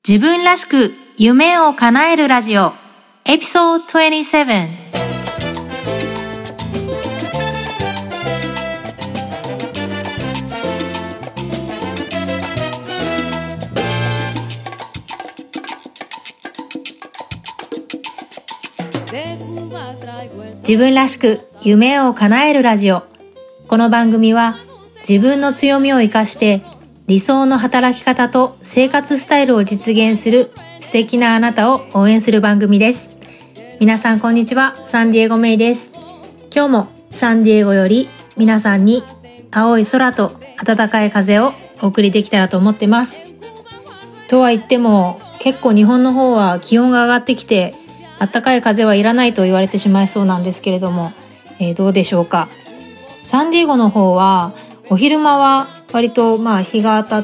自分らしく夢を叶えるラジオエピソード27。自分らしく夢を叶えるラジオ。この番組は自分の強みを生かして理想の働き方と生活スタイルを実現する素敵なあなたを応援する番組です。皆さんこんにちは、サンディエゴメイです。今日もサンディエゴより皆さんに青い空と暖かい風をお送りできたらと思ってます。とは言っても結構日本の方は気温が上がってきて暖かい風はいらないと言われてしまいそうなんですけれども、どうでしょうか。サンディエゴの方はお昼間は割と日が当たって、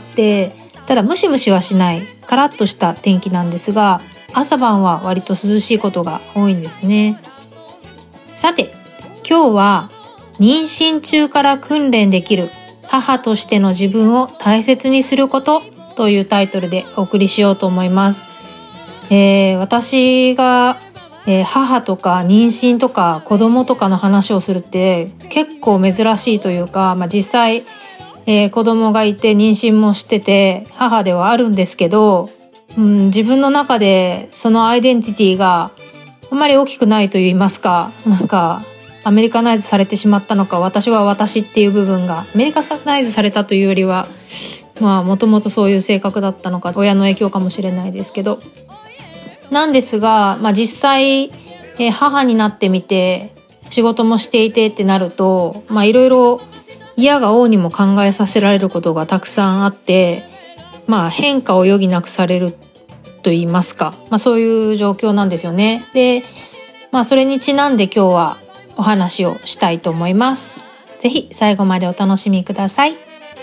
ただムシムシはしないカラッとした天気なんですが、朝晩は割と涼しいことが多いんですね。さて、今日は妊娠中から訓練できる母としての自分を大切にすることというタイトルでお送りしようと思います。私が母とか妊娠とか子供とかの話をするって結構珍しいというか、実際、子供がいて妊娠もしてて母ではあるんですけど、自分の中でそのアイデンティティがあんまり大きくないと言いますか、アメリカナイズされてしまったのか、私は私っていう部分がアメリカナイズされたというよりはもともとそういう性格だったのか、親の影響かもしれないですけど、なんですが、実際、母になってみて仕事もしていてってなると、いろいろ嫌が応にも考えさせられることがたくさんあって、変化を余儀なくされると言いますか、そういう状況なんですよね。で、それにちなんで今日はお話をしたいと思います。ぜひ最後までお楽しみください。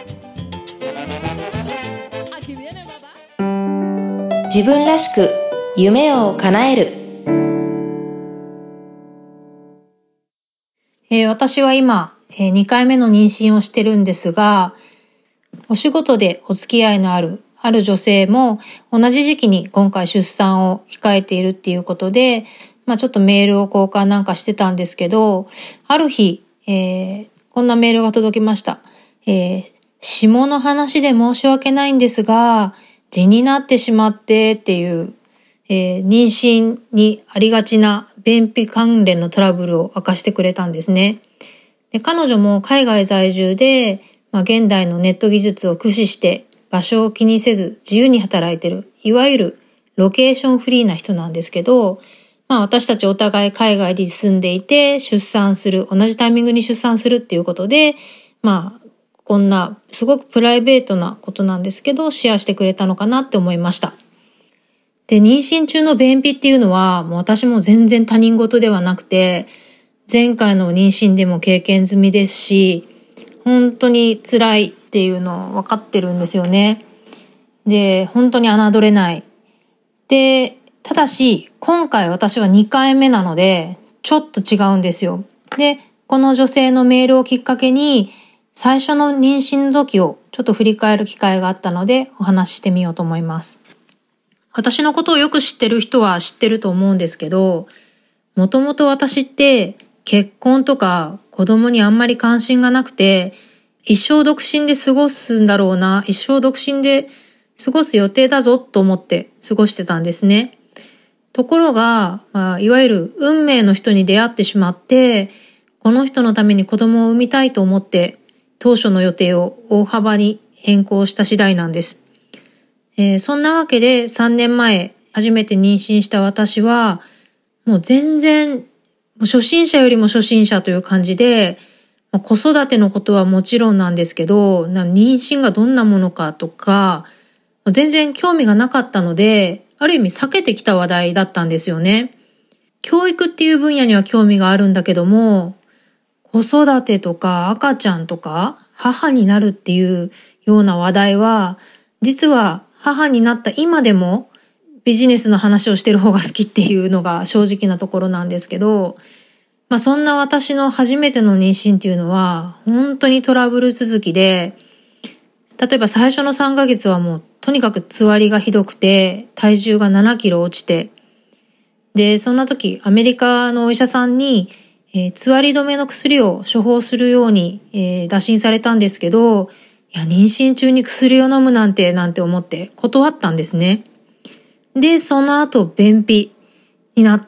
自分らしく夢を叶える。私は今、2回目の妊娠をしてるんですが、お仕事でお付き合いのある女性も同じ時期に今回出産を控えているっていうことで、ちょっとメールを交換なんかしてたんですけど、ある日、こんなメールが届きました。下の話で申し訳ないんですが、痔になってしまってっていう、妊娠にありがちな便秘関連のトラブルを明かしてくれたんですね。で、彼女も海外在住で、現代のネット技術を駆使して場所を気にせず自由に働いてる、いわゆるロケーションフリーな人なんですけど、私たちお互い海外に住んでいて出産する、同じタイミングに出産するっていうことで、こんなすごくプライベートなことなんですけどシェアしてくれたのかなって思いました。で、妊娠中の便秘っていうのはもう私も全然他人事ではなくて、前回の妊娠でも経験済みですし、本当に辛いっていうの分かってるんですよね。で、本当に侮れない。で、ただし今回私は2回目なのでちょっと違うんですよ。で、この女性のメールをきっかけに最初の妊娠の時をちょっと振り返る機会があったのでお話ししてみようと思います。私のことをよく知ってる人は知ってると思うんですけど、もともと私って結婚とか子供にあんまり関心がなくて、一生独身で過ごすんだろうな、一生独身で過ごす予定だぞと思って過ごしてたんですね。ところが、いわゆる運命の人に出会ってしまって、この人のために子供を産みたいと思って当初の予定を大幅に変更した次第なんです。そんなわけで3年前初めて妊娠した私はもう全然初心者よりも初心者という感じで、子育てのことはもちろんなんですけど、妊娠がどんなものかとか全然興味がなかったので、ある意味避けてきた話題だったんですよね。教育っていう分野には興味があるんだけども、子育てとか赤ちゃんとか母になるっていうような話題は、実は母になった今でもビジネスの話をしてる方が好きっていうのが正直なところなんですけど、そんな私の初めての妊娠っていうのは本当にトラブル続きで、 例えば最初の3ヶ月はもうとにかくつわりがひどくて、体重が7キロ落ちて、で、そんな時アメリカのお医者さんに、つわり止めの薬を処方するように、打診されたんですけど、いや、妊娠中に薬を飲むなんて思って断ったんですね。で、その後便秘になって、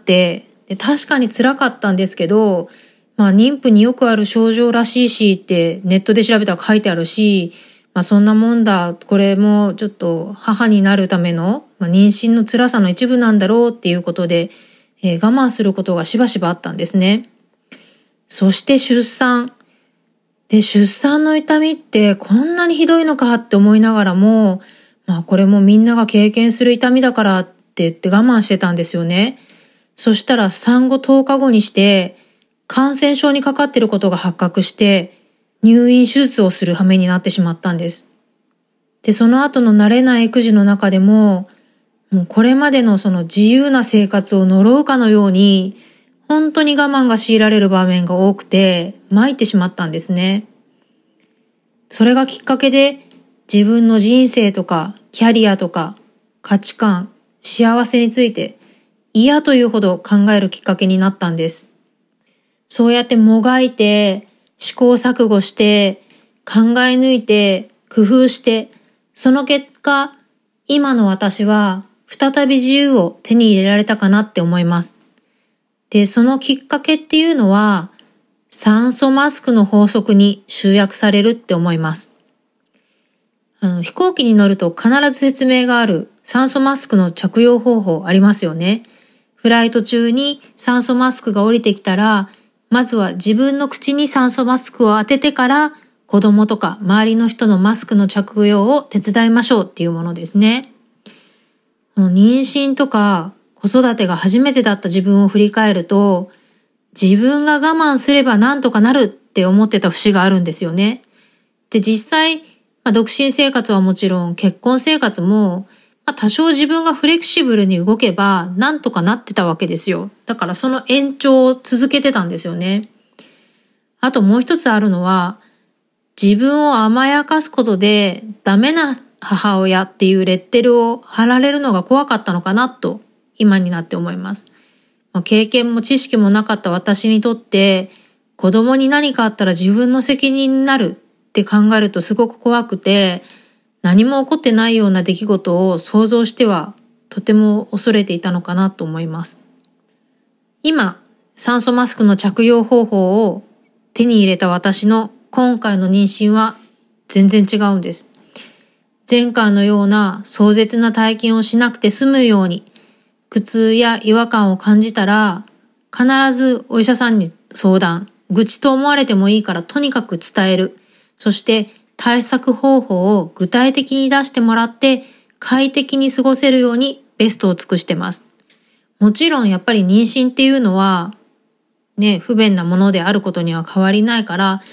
で確かに辛かったんですけど、妊婦によくある症状らしいしってネットで調べたら書いてあるし、そんなもんだ、これもちょっと母になるための、妊娠の辛さの一部なんだろうっていうことで、我慢することがしばしばあったんですね。そして出産。で、出産の痛みってこんなにひどいのかって思いながらも、これもみんなが経験する痛みだからって言って我慢してたんですよね。そしたら産後10日後にして感染症にかかっていることが発覚して入院手術をする羽目になってしまったんです。で、その後の慣れない育児の中でもうこれまでのその自由な生活を呪うかのように本当に我慢が強いられる場面が多くて参ってしまったんですね。それがきっかけで自分の人生とかキャリアとか価値観、幸せについて嫌というほど考えるきっかけになったんです。そうやってもがいて試行錯誤して考え抜いて工夫してその結果今の私は再び自由を手に入れられたかなって思います。で、そのきっかけっていうのは酸素マスクの法則に集約されるって思います。飛行機に乗ると必ず説明がある酸素マスクの着用方法ありますよね。フライト中に酸素マスクが降りてきたら、まずは自分の口に酸素マスクを当ててから子供とか周りの人のマスクの着用を手伝いましょうっていうものですね。妊娠とか子育てが初めてだった自分を振り返ると、自分が我慢すればなんとかなるって思ってた節があるんですよね。で、実際、独身生活はもちろん結婚生活も、多少自分がフレキシブルに動けばなんとかなってたわけですよ。だからその延長を続けてたんですよね。あともう一つあるのは、自分を甘やかすことでダメな母親っていうレッテルを貼られるのが怖かったのかなと今になって思います。経験も知識もなかった私にとって子供に何かあったら自分の責任になるって考えるとすごく怖くて、何も起こってないような出来事を想像してはとても恐れていたのかなと思います。今、酸素マスクの着用方法を手に入れた私の今回の妊娠は全然違うんです。前回のような壮絶な体験をしなくて済むように、苦痛や違和感を感じたら必ずお医者さんに相談、愚痴と思われてもいいからとにかく伝える。そして対策方法を具体的に出してもらって快適に過ごせるようにベストを尽くしてます。もちろんやっぱり妊娠っていうのは不便なものであることには変わりないから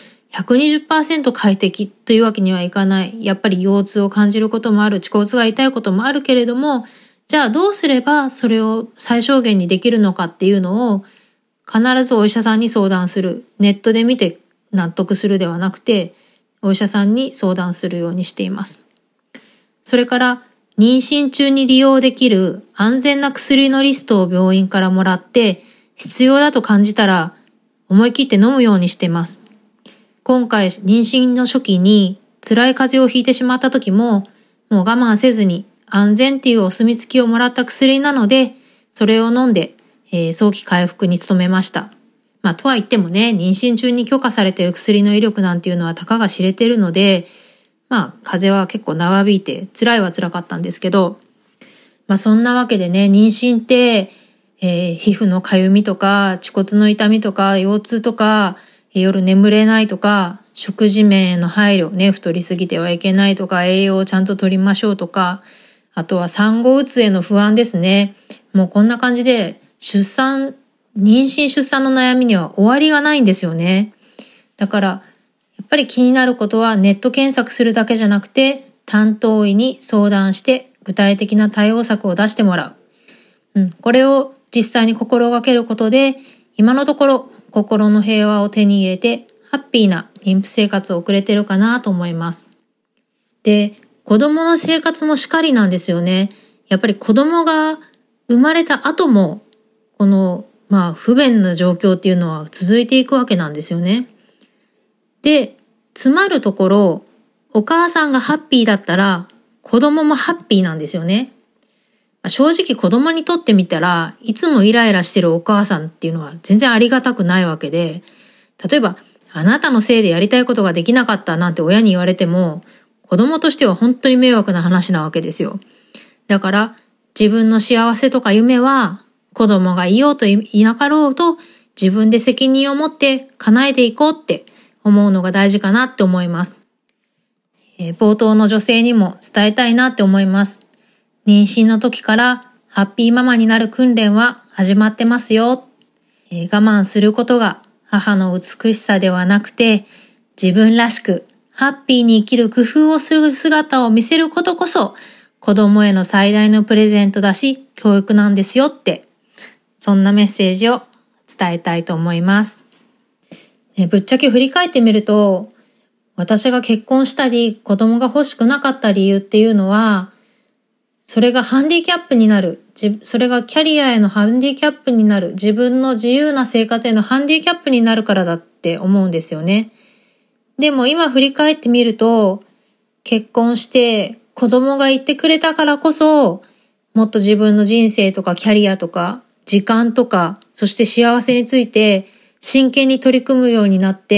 120% 快適というわけにはいかない。やっぱり腰痛を感じることもある、恥骨が痛いこともあるけれども、じゃあどうすればそれを最小限にできるのかっていうのを必ずお医者さんに相談する。ネットで見て納得するではなくて、お医者さんに相談するようにしています。それから妊娠中に利用できる安全な薬のリストを病院からもらって必要だと感じたら思い切って飲むようにしています。今回妊娠の初期に辛い風邪をひいてしまった時ももう我慢せずに安全っていうお墨付きをもらった薬なのでそれを飲んで、早期回復に努めました。とは言ってもね、妊娠中に許可されている薬の威力なんていうのはたかが知れているので、風邪は結構長引いて辛いは辛かったんですけど、そんなわけでね、妊娠って、皮膚のかゆみとか、恥骨の痛みとか、腰痛とか、夜眠れないとか、食事面への配慮ね、太りすぎてはいけないとか、栄養をちゃんと取りましょうとか、あとは産後うつへの不安ですね。もうこんな感じで、妊娠出産の悩みには終わりがないんですよね。だからやっぱり気になることはネット検索するだけじゃなくて担当医に相談して具体的な対応策を出してもらう。これを実際に心がけることで今のところ心の平和を手に入れてハッピーな妊婦生活を送れてるかなと思います。 で、子供の生活もしかりなんですよね。やっぱり子供が生まれた後も、この、不便な状況っていうのは続いていくわけなんですよね。で、つまるところ、お母さんがハッピーだったら、子供もハッピーなんですよね。正直子供にとってみたら、いつもイライラしてるお母さんっていうのは全然ありがたくないわけで、例えば、あなたのせいでやりたいことができなかったなんて親に言われても、子供としては本当に迷惑な話なわけですよ。だから、自分の幸せとか夢は、子供がいようといなかろうと、自分で責任を持って叶えていこうって思うのが大事かなって思います。冒頭の女性にも伝えたいなって思います。妊娠の時からハッピーママになる訓練は始まってますよ。我慢することが母の美しさではなくて、自分らしくハッピーに生きる工夫をする姿を見せることこそ、子供への最大のプレゼントだし、教育なんですよって、そんなメッセージを伝えたいと思います。ぶっちゃけ振り返ってみると、私が結婚したり子供が欲しくなかった理由っていうのは、それがハンディキャップになる、それがキャリアへのハンディキャップになる、自分の自由な生活へのハンディキャップになるからだって思うんですよね。でも今振り返ってみると、結婚して子供がいてくれたからこそ、もっと自分の人生とかキャリアとか時間とか、そして幸せについて真剣に取り組むようになって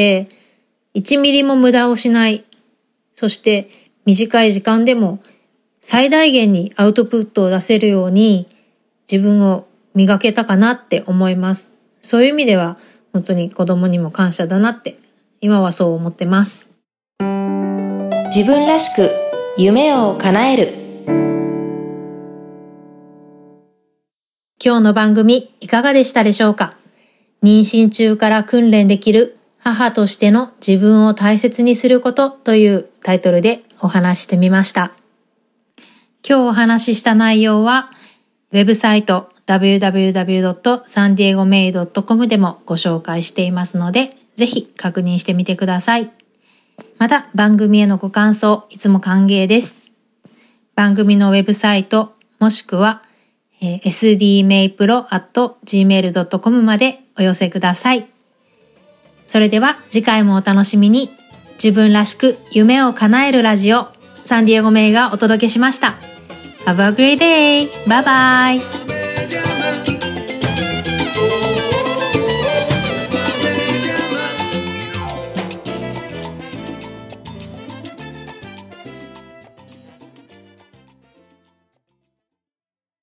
、1ミリも無駄をしない。そして短い時間でも最大限にアウトプットを出せるように自分を磨けたかなって思います。そういう意味では本当に子供にも感謝だなって今はそう思ってます。 自分らしく夢を叶える。 今日の番組いかがでしたでしょうか？妊娠中から訓練できる母としての自分を大切にすることというタイトルでお話してみました。今日お話しした内容はウェブサイト www.sandiegomei.com でもご紹介していますので、ぜひ確認してみてください。また番組へのご感想いつも歓迎です。番組のウェブサイトもしくはsdmeipro@gmail.com までお寄せください。それでは次回もお楽しみに。自分らしく夢を叶えるラジオ、サンディエゴメイがお届けしました。Have a great day! Bye bye!